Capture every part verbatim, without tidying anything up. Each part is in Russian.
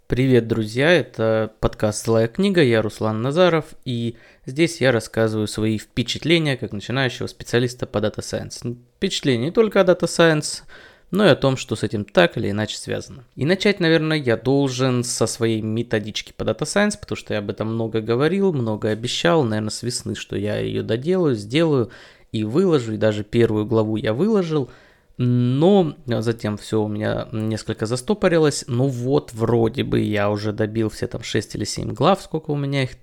Привет, друзья! Это подкаст «Злая книга», я Руслан Назаров, и здесь я рассказываю свои впечатления как начинающего специалиста по Data Science. Впечатления не только о Data Science, но и о том, что с этим так или иначе связано. И начать, наверное, я должен со своей методички по Data Science, потому что я об этом много говорил, много обещал, наверное, с весны, что я ее доделаю, сделаю и выложу, и даже первую главу я выложил. Но затем все у меня несколько застопорилось. Ну вот, вроде бы я уже добил все там шесть или семь глав, сколько у меня их.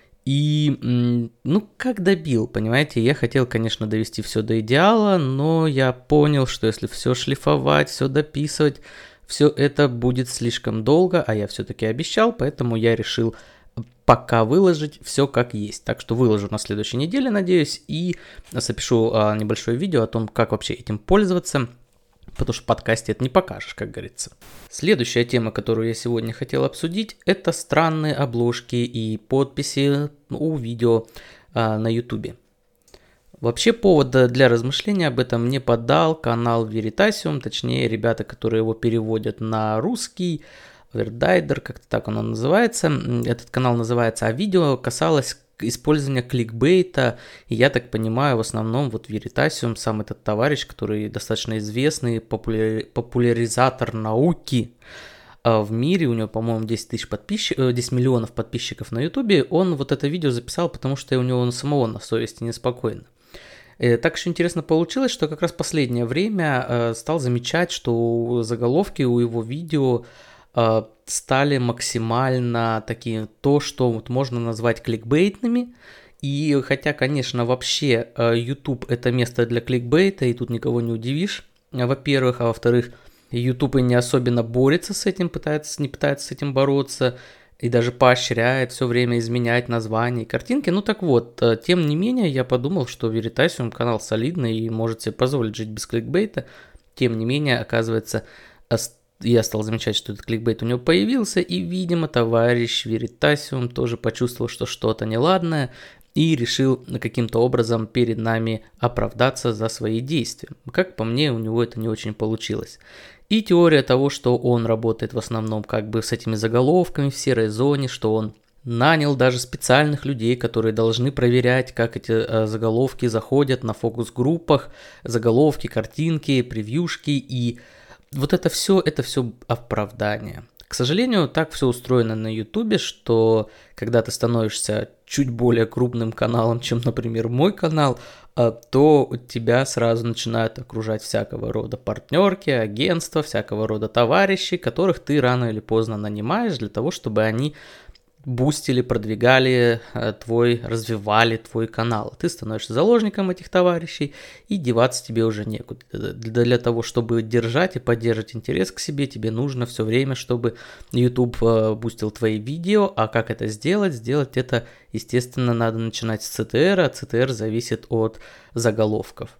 И, ну, как добил, понимаете? Я хотел, конечно, довести все до идеала, но я понял, что если все шлифовать, все дописывать, все это будет слишком долго, а я все-таки обещал, поэтому я решил пока выложить все как есть. Так что выложу на следующей неделе, надеюсь, и запишу а, небольшое видео о том, как вообще этим пользоваться, потому что в подкасте это не покажешь, как говорится. Следующая тема, которую я сегодня хотел обсудить, это странные обложки и подписи у видео а, на YouTube. Вообще повода для размышления об этом мне подал канал Veritasium, точнее ребята, которые его переводят на русский, Вердайдер, как-то так оно называется. Этот канал называется, а видео касалось использования кликбейта. И я так понимаю, в основном вот Veritasium, сам этот товарищ, который достаточно известный, популяри... популяризатор науки в мире, у него, по-моему, десять тысяч подписчиков, десять миллионов подписчиков на Ютубе, он вот это видео записал, потому что у него на самого на совести неспокойно. Так еще интересно получилось, что как раз последнее время стал замечать, что заголовки у его видео стали максимально такие, то, что вот можно назвать кликбейтными. И хотя, конечно, вообще YouTube это место для кликбейта, и тут никого не удивишь, во-первых, а во-вторых, YouTube и не особенно борется с этим, пытается, не пытается с этим бороться, и даже поощряет все время изменять названия и картинки. Ну так вот, тем не менее, я подумал, что Veritasium канал солидный и может себе позволить жить без кликбейта. Тем не менее, оказывается, я стал замечать, что этот кликбейт у него появился, и, видимо, товарищ Veritasium тоже почувствовал, что что-то неладное, и решил каким-то образом перед нами оправдаться за свои действия. Как по мне, у него это не очень получилось. И теория того, что он работает в основном как бы с этими заголовками в серой зоне, что он нанял даже специальных людей, которые должны проверять, как эти э, заголовки заходят на фокус-группах, заголовки, картинки, превьюшки, и вот это все, это все оправдание. К сожалению, так все устроено на Ютубе, что когда ты становишься чуть более крупным каналом, чем, например, мой канал, то тебя сразу начинают окружать всякого рода партнерки, агентства, всякого рода товарищи, которых ты рано или поздно нанимаешь для того, чтобы они бустили, продвигали твой, развивали твой канал. Ты становишься заложником этих товарищей, и деваться тебе уже некуда. Для того, чтобы держать и поддерживать интерес к себе, тебе нужно все время, чтобы YouTube бустил твои видео. А как это сделать? Сделать это, естественно, надо начинать с си ти эр, а си ти эр зависит от заголовков.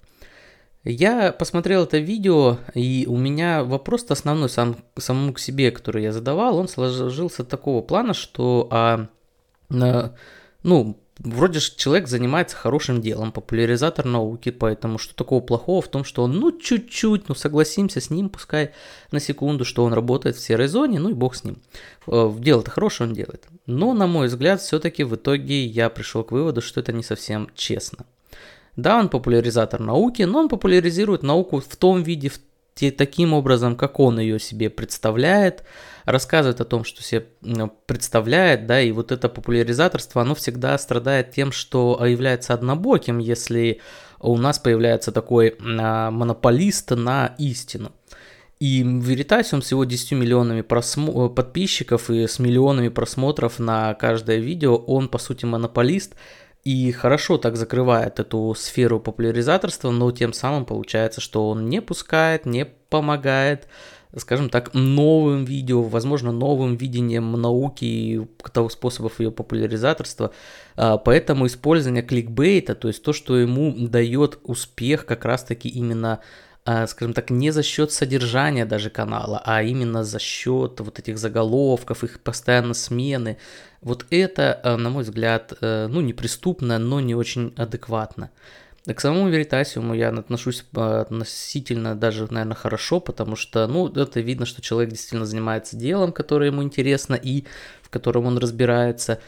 Я посмотрел это видео, и у меня вопрос основной сам, самому к себе, который я задавал, он сложился такого плана, что, а, а, ну, вроде же человек занимается хорошим делом, популяризатор науки, поэтому что такого плохого в том, что он, ну, чуть-чуть, ну, согласимся с ним, пускай на секунду, что он работает в серой зоне, ну и бог с ним. Дело-то хорошее он делает. Но, на мой взгляд, все-таки в итоге я пришел к выводу, что это не совсем честно. Да, он популяризатор науки, но он популяризирует науку в том виде, в те, таким образом, как он ее себе представляет, рассказывает о том, что себе представляет, да, и вот это популяризаторство, оно всегда страдает тем, что является однобоким, если у нас появляется такой а, монополист на истину. И Veritasium с его десятью миллионами просмо- подписчиков и с миллионами просмотров на каждое видео, он, по сути, монополист, и хорошо так закрывает эту сферу популяризаторства, но тем самым получается, что он не пускает, не помогает, скажем так, новым видео, возможно, новым видением науки и того способов ее популяризаторства. Поэтому использование кликбейта, то есть то, что ему дает успех как раз-таки именно, скажем так, не за счет содержания даже канала, а именно за счет вот этих заголовков, их постоянно смены. Вот это, на мой взгляд, ну, неприступно, но не очень адекватно. К самому Веритасиуму я отношусь относительно даже, наверное, хорошо, потому что, ну, это видно, что человек действительно занимается делом, которое ему интересно и в котором он разбирается.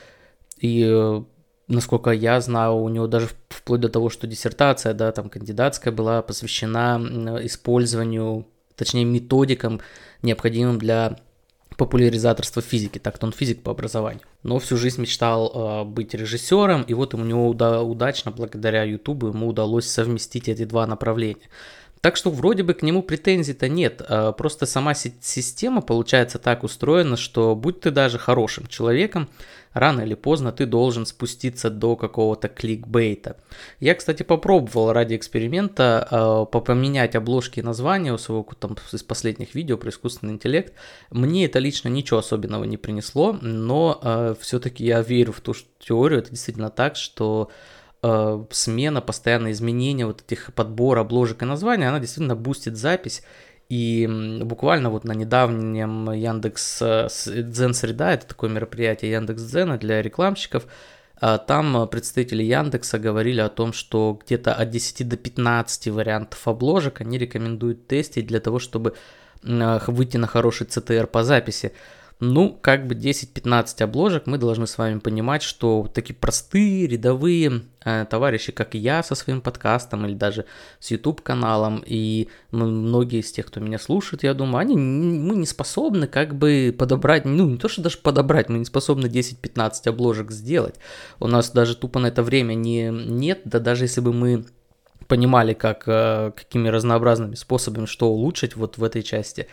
И, насколько я знаю, у него даже вплоть до того, что диссертация, да, там кандидатская была посвящена использованию, точнее, методикам, необходимым для популяризаторства физики, так-то он физик по образованию. Но всю жизнь мечтал э, быть режиссером, и вот у него уда- удачно, благодаря Ютубу, ему удалось совместить эти два направления. Так что вроде бы к нему претензий-то нет, э, просто сама си- система получается так устроена, что будь ты даже хорошим человеком, рано или поздно ты должен спуститься до какого-то кликбейта. Я, кстати, попробовал ради эксперимента э, поменять обложки и названия у своего там, из последних видео про искусственный интеллект. Мне это лично ничего особенного не принесло, но э, все-таки я верю в ту что, теорию, это действительно так, что э, смена, постоянное изменение вот этих подбор обложек и названий, она действительно бустит запись. И буквально вот на недавнем Яндекс Дзен Среда, это такое мероприятие Яндекс.Дзена для рекламщиков, там представители Яндекса говорили о том, что где-то от десяти до пятнадцати вариантов обложек они рекомендуют тестить для того, чтобы выйти на хороший си ти эр по записи. Ну, как бы десять-пятнадцать обложек, мы должны с вами понимать, что такие простые, рядовые э, товарищи, как и я со своим подкастом или даже с YouTube-каналом, и многие из тех, кто меня слушает, я думаю, они, мы не способны как бы подобрать, ну, не то, что даже подобрать, мы не способны десять-пятнадцать обложек сделать. У нас даже тупо на это время не, нет, да даже если бы мы понимали, как, э, какими разнообразными способами что улучшить вот в этой части.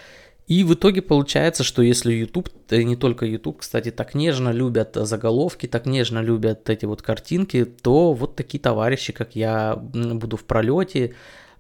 И в итоге получается, что если YouTube, да не только YouTube, кстати, так нежно любят заголовки, так нежно любят эти вот картинки, то вот такие товарищи, как я, буду в пролете.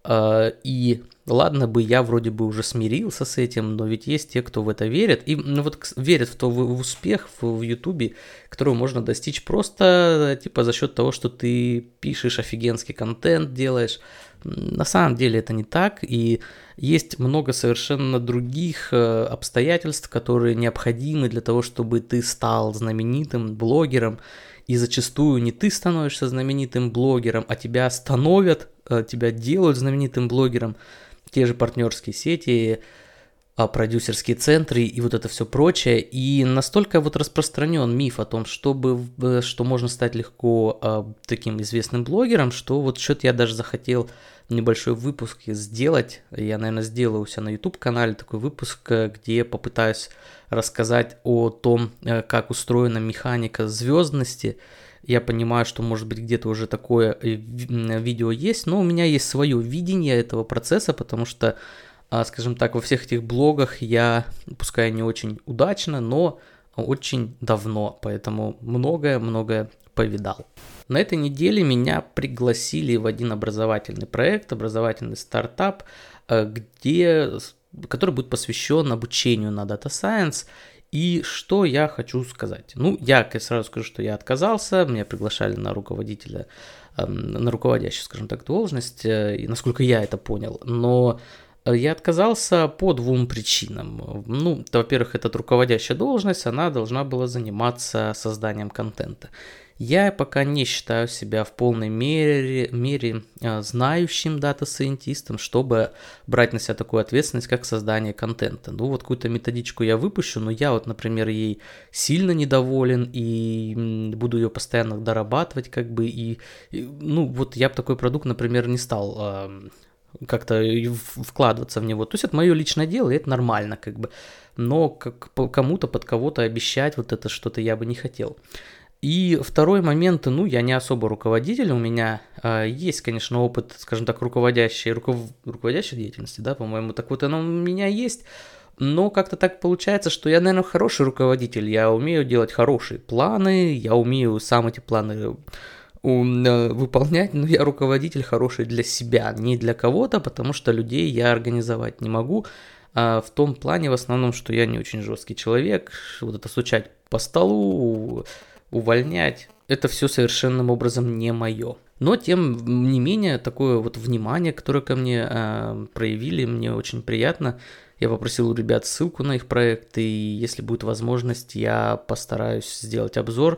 И ладно бы я вроде бы уже смирился с этим, но ведь есть те, кто в это верит. И ну, вот верят в то в успех в YouTube, которого можно достичь просто типа за счет того, что ты пишешь офигенский контент, делаешь. На самом деле это не так, и есть много совершенно других обстоятельств, которые необходимы для того, чтобы ты стал знаменитым блогером, и зачастую не ты становишься знаменитым блогером, а тебя становят, тебя делают знаменитым блогером, те же партнерские сети, продюсерские центры и вот это все прочее. И настолько вот распространен миф о том, чтобы, что можно стать легко таким известным блогером, что вот что-то я даже захотел небольшой выпуск сделать. Я, наверное, сделаю у себя на YouTube-канале такой выпуск, где попытаюсь рассказать о том, как устроена механика звездности. Я понимаю, что, может быть, где-то уже такое видео есть, но у меня есть свое видение этого процесса, потому что, скажем так, во всех этих блогах я, пускай не очень удачно, но очень давно, поэтому многое-многое повидал. На этой неделе меня пригласили в один образовательный проект, образовательный стартап, где, который будет посвящен обучению на Data Science. И что я хочу сказать? Ну, я сразу скажу, что я отказался, меня приглашали на руководителя, на руководящую, скажем так, должность, и насколько я это понял, но я отказался по двум причинам. Ну, во-первых, эта руководящая должность, она должна была заниматься созданием контента. Я пока не считаю себя в полной мере, мере знающим дата-сайентистом, чтобы брать на себя такую ответственность, как создание контента. Ну, вот какую-то методичку я выпущу, но я вот, например, ей сильно недоволен и буду ее постоянно дорабатывать, как бы, и, и ну, вот я бы такой продукт, например, не стал э, как-то вкладываться в него. То есть это мое личное дело, и это нормально, как бы, но как, кому-то под кого-то обещать вот это что-то я бы не хотел. И второй момент, ну, я не особо руководитель, у меня э, есть, конечно, опыт, скажем так, руководящей, руков... руководящей деятельности, да, по-моему, так вот оно у меня есть, но как-то так получается, что я, наверное, хороший руководитель, я умею делать хорошие планы, я умею сам эти планы выполнять, но я руководитель хороший для себя, не для кого-то, потому что людей я организовать не могу, а в том плане в основном, что я не очень жесткий человек, вот это стучать по столу, увольнять, это все совершенным образом не мое. Но, тем не менее, такое вот внимание, которое ко мне э, проявили, мне очень приятно. Я попросил у ребят ссылку на их проект, и если будет возможность, я постараюсь сделать обзор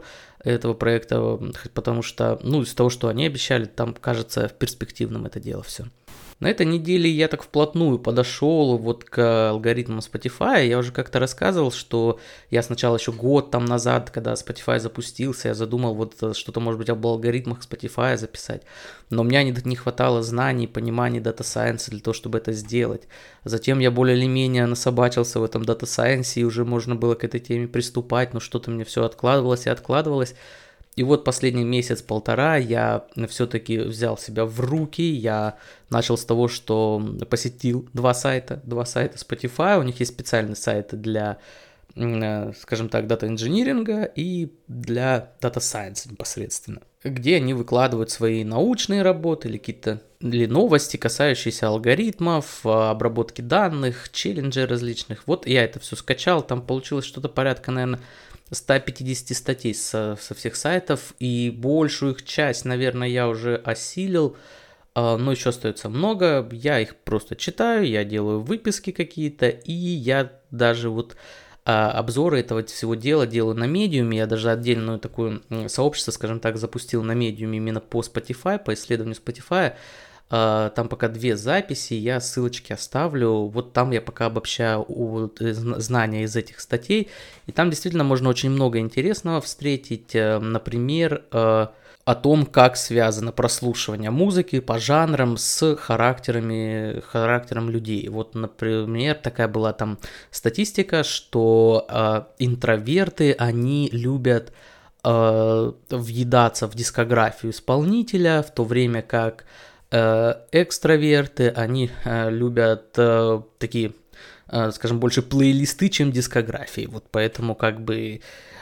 этого проекта, потому что, ну, из того, что они обещали, там кажется перспективным это дело все. На этой неделе я так вплотную подошел вот к алгоритмам Spotify. Я уже как-то рассказывал, что я сначала еще год там назад, когда Spotify запустился, я задумал вот что-то, может быть, об алгоритмах Spotify записать. Но у меня не, не хватало знаний, понимания Data Science для того, чтобы это сделать. Затем я более или менее насобачился в этом Data Science, и уже можно было к этой теме приступать, но что-то мне все откладывалось и откладывалось. И вот последний месяц-полтора я все-таки взял себя в руки, я начал с того, что посетил два сайта, два сайта Spotify, у них есть специальные сайты для, скажем так, дата-инжиниринга и для Data Science непосредственно, где они выкладывают свои научные работы или какие-то или новости, касающиеся алгоритмов, обработки данных, челленджей различных. Вот я это все скачал, там получилось что-то порядка, наверное, сто пятьдесят статей со, со всех сайтов, и большую их часть, наверное, я уже осилил, но еще остается много, я их просто читаю, я делаю выписки какие-то, и я даже вот обзоры этого всего дела делаю на Medium, я даже отдельную такую сообщество, скажем так, запустил на Medium именно по Spotify, по исследованию Spotify. Там пока две записи, я ссылочки оставлю, вот там я пока обобщаю знания из этих статей, и там действительно можно очень много интересного встретить, например, о том, как связано прослушивание музыки по жанрам с характерами, характером людей. Вот, например, такая была там статистика, что интроверты, они любят въедаться в дискографию исполнителя, в то время как экстраверты, они любят такие, скажем, больше плейлисты, чем дискографии. Вот поэтому как бы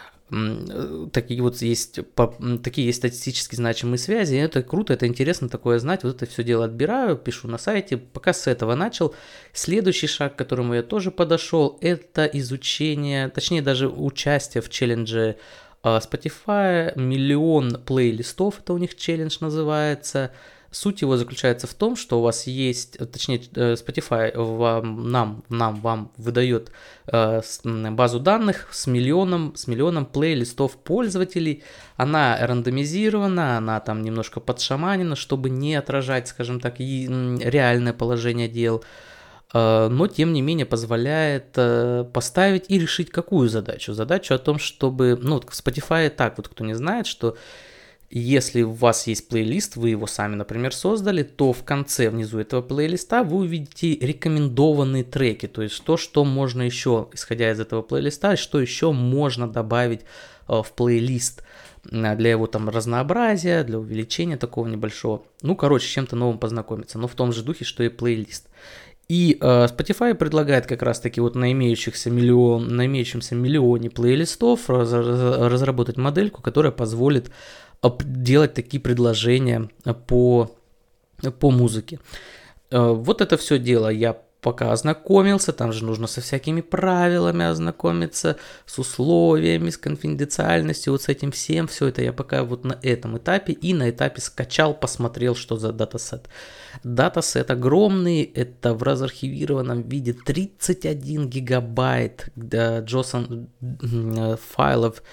такие вот есть, такие есть статистически значимые связи. Это круто, это интересно такое знать. Вот это все дело отбираю, пишу на сайте. Пока с этого начал. Следующий шаг, к которому я тоже подошел, это изучение, точнее даже участие в челлендже Spotify. Миллион плейлистов, это у них челлендж называется. Суть его заключается в том, что у вас есть, точнее, Spotify вам, нам, нам, вам выдает э, базу данных с миллионом, с миллионом плейлистов пользователей. Она рандомизирована, она там немножко подшаманена, чтобы не отражать, скажем так, и, реальное положение дел. Э, но, тем не менее, позволяет э, поставить и решить какую задачу? Задачу о том, чтобы, ну, в Spotify так вот, кто не знает, что если у вас есть плейлист, вы его сами, например, создали, то в конце, внизу этого плейлиста вы увидите рекомендованные треки, то есть то, что можно еще, исходя из этого плейлиста, что еще можно добавить в плейлист для его там разнообразия, для увеличения такого небольшого. Ну, короче, чем-то новым познакомиться, но в том же духе, что и плейлист. И э, Spotify предлагает как раз-таки вот на, имеющихся миллион, на имеющемся миллионе плейлистов раз, разработать модельку, которая позволит делать такие предложения по, по музыке. Вот это все дело я пока ознакомился, там же нужно со всякими правилами ознакомиться, с условиями, с конфиденциальностью, вот с этим всем, все это я пока вот на этом этапе и на этапе скачал, посмотрел, что за датасет. Датасет огромный, это в разархивированном виде тридцать один гигабайт JSON файлов,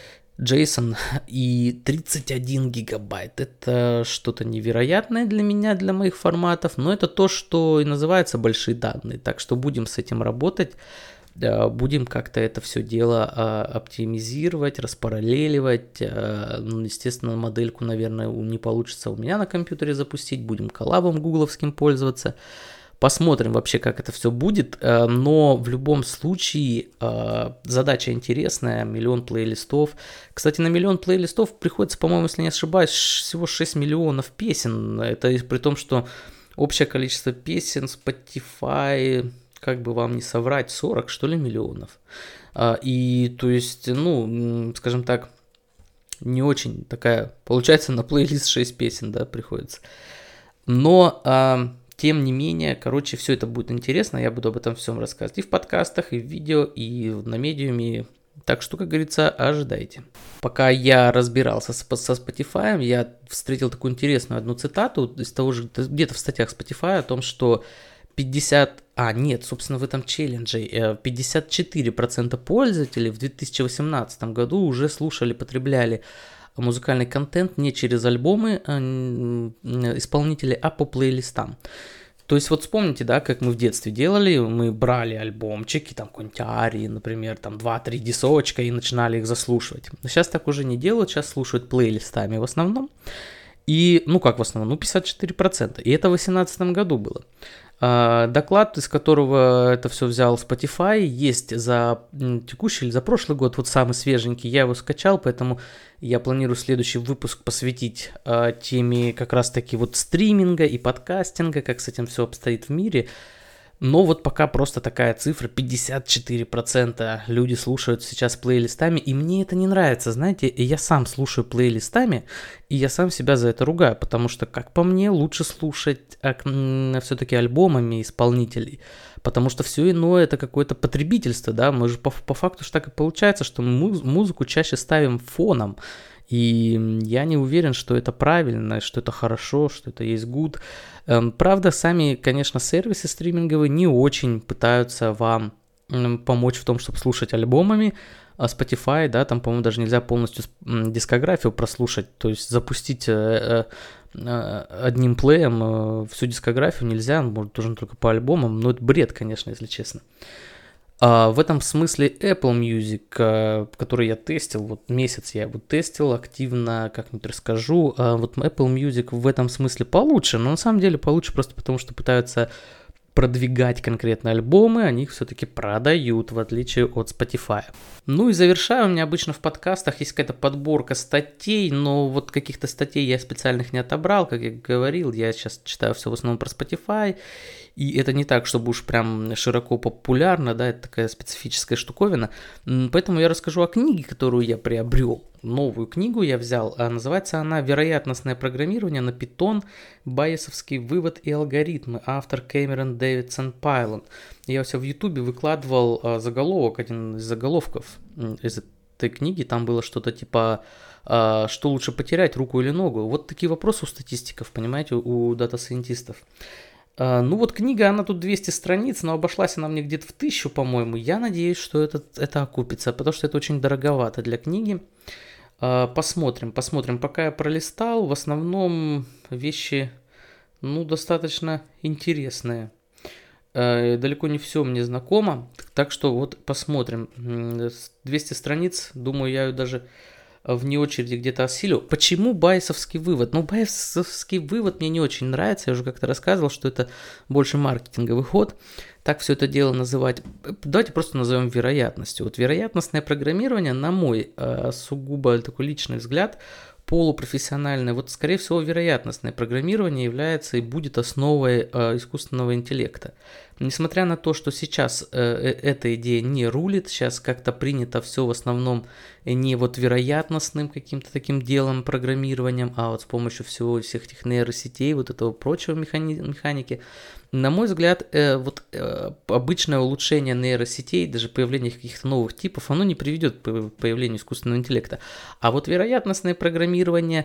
JSON и тридцать один гигабайт. Это что-то невероятное для меня, для моих форматов, но это то, что и называется большие данные. Так что будем с этим работать, будем как-то это все дело оптимизировать, распараллеливать. Ну, естественно, модельку, наверное, не получится у меня на компьютере запустить, будем коллабом гугловским пользоваться. Посмотрим вообще, как это все будет, но в любом случае задача интересная, миллион плейлистов. Кстати, на миллион плейлистов приходится, по-моему, если не ошибаюсь, всего шесть миллионов песен. Это при том, что общее количество песен Spotify, как бы вам не соврать, сорок, что ли, миллионов. И, то есть, ну, скажем так, не очень такая, получается, на плейлист шесть песен, да, приходится. Но... Тем не менее, короче, все это будет интересно, я буду об этом всем рассказывать и в подкастах, и в видео, и на медиуме, так что, как говорится, ожидайте. Пока я разбирался со Spotify, я встретил такую интересную одну цитату из того же, где-то в статьях Spotify о том, что пятьдесят... А, нет, собственно, в этом челлендже пятьдесят четыре процента пользователей в две тысячи восемнадцатом году уже слушали, потребляли музыкальный контент не через альбомы исполнителей, а по плейлистам. То есть вот вспомните, да, как мы в детстве делали, мы брали альбомчики, там какой-нибудь Арии, например, там два-три дисочка и начинали их заслушивать. Но сейчас так уже не делают, сейчас слушают плейлистами в основном. И, ну как в основном, ну пятьдесят четыре процента. И это в две тысячи восемнадцатом году было. А, доклад, из которого это все взял Spotify, есть за текущий или за прошлый год, вот самый свеженький, я его скачал, поэтому я планирую следующий выпуск посвятить а, теме как раз-таки вот стриминга и подкастинга, как с этим все обстоит в мире. Но вот пока просто такая цифра, пятьдесят четыре процента люди слушают сейчас плейлистами, и мне это не нравится, знаете, я сам слушаю плейлистами, и я сам себя за это ругаю, потому что, как по мне, лучше слушать а, все-таки альбомами исполнителей, потому что все иное это какое-то потребительство, да, мы же по, по факту же так и получается, что мы музыку чаще ставим фоном, и я не уверен, что это правильно, что это хорошо, что это есть good. Правда, сами, конечно, сервисы стриминговые не очень пытаются вам помочь в том, чтобы слушать альбомами. А Spotify, да, там, по-моему, даже нельзя полностью дискографию прослушать, то есть запустить одним плеем всю дискографию нельзя, может, нужно только по альбомам, но это бред, конечно, если честно. Uh, в этом смысле Apple Music, uh, который я тестил, вот месяц я его тестил активно, как-нибудь расскажу, uh, вот Apple Music в этом смысле получше, но на самом деле получше просто потому, что пытаются продвигать конкретно альбомы, они их все-таки продают, в отличие от Spotify. Ну и завершаю, у меня обычно в подкастах есть какая-то подборка статей, но вот каких-то статей я специальных не отобрал, как я говорил, я сейчас читаю все в основном про Spotify, и это не так, чтобы уж прям широко популярно, да, это такая специфическая штуковина, поэтому я расскажу о книге, которую я приобрел. Новую книгу я взял, а называется она «Вероятностное программирование на Python. Байесовский вывод и алгоритмы». Автор Кэмерон Дэвидсон Пайлон. Я у себя в Ютубе выкладывал а, заголовок, один из заголовков из этой книги. Там было что-то типа а, «Что лучше потерять, руку или ногу?» Вот такие вопросы у статистиков, понимаете, у дата-сайентистов. Uh, ну вот книга, она тут двести страниц, но обошлась она мне где-то в тысячу, по-моему. Я надеюсь, что это, это окупится, потому что это очень дороговато для книги. Uh, посмотрим, посмотрим. Пока я пролистал, в основном вещи, ну, достаточно интересные. Uh, далеко не все мне знакомо, так что вот посмотрим. двести страниц, думаю, я ее даже вне очереди где-то осилю. Почему байесовский вывод? Ну, байесовский вывод мне не очень нравится. Я уже как-то рассказывал, что это больше маркетинговый ход. Так все это дело называть. Давайте просто назовем вероятностью. Вот вероятностное программирование, на мой э, сугубо такой личный взгляд, полупрофессиональное, вот скорее всего вероятностное программирование является и будет основой э, искусственного интеллекта. Несмотря на то, что сейчас э, эта идея не рулит, сейчас как-то принято все в основном не вот вероятностным каким-то таким делом, программированием, а вот с помощью всего всех этих нейросетей, вот этого прочего механи- механики. На мой взгляд, э, вот э, обычное улучшение нейросетей, даже появление каких-то новых типов, оно не приведет к появлению искусственного интеллекта. А вот вероятностное программирование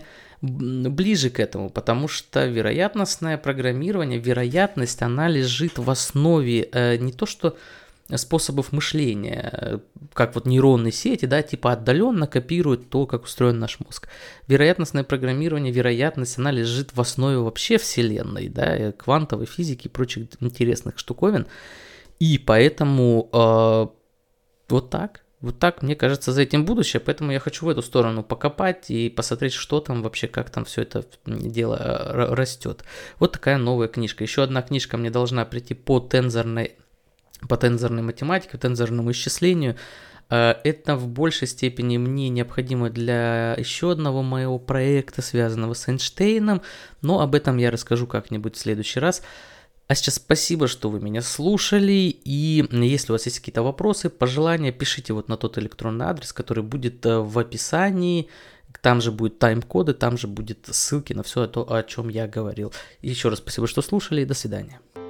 ближе к этому, потому что вероятностное программирование, вероятность, она лежит в основе э, не то что способов мышления, как вот нейронные сети, да, типа отдаленно копируют то, как устроен наш мозг. Вероятностное программирование, вероятность, она лежит в основе вообще Вселенной, да, квантовой физики и прочих интересных штуковин. И поэтому э, вот так. Вот так, мне кажется, за этим будущее, поэтому я хочу в эту сторону покопать и посмотреть, что там вообще, как там все это дело растет. Вот такая новая книжка. Еще одна книжка мне должна прийти по тензорной, по тензорной математике, по тензорному исчислению. Это в большей степени мне необходимо для еще одного моего проекта, связанного с Эйнштейном, но об этом я расскажу как-нибудь в следующий раз. А сейчас спасибо, что вы меня слушали, и если у вас есть какие-то вопросы, пожелания, пишите вот на тот электронный адрес, который будет в описании, там же будут тайм-коды, там же будут ссылки на все то, о чем я говорил. Еще раз спасибо, что слушали, и до свидания.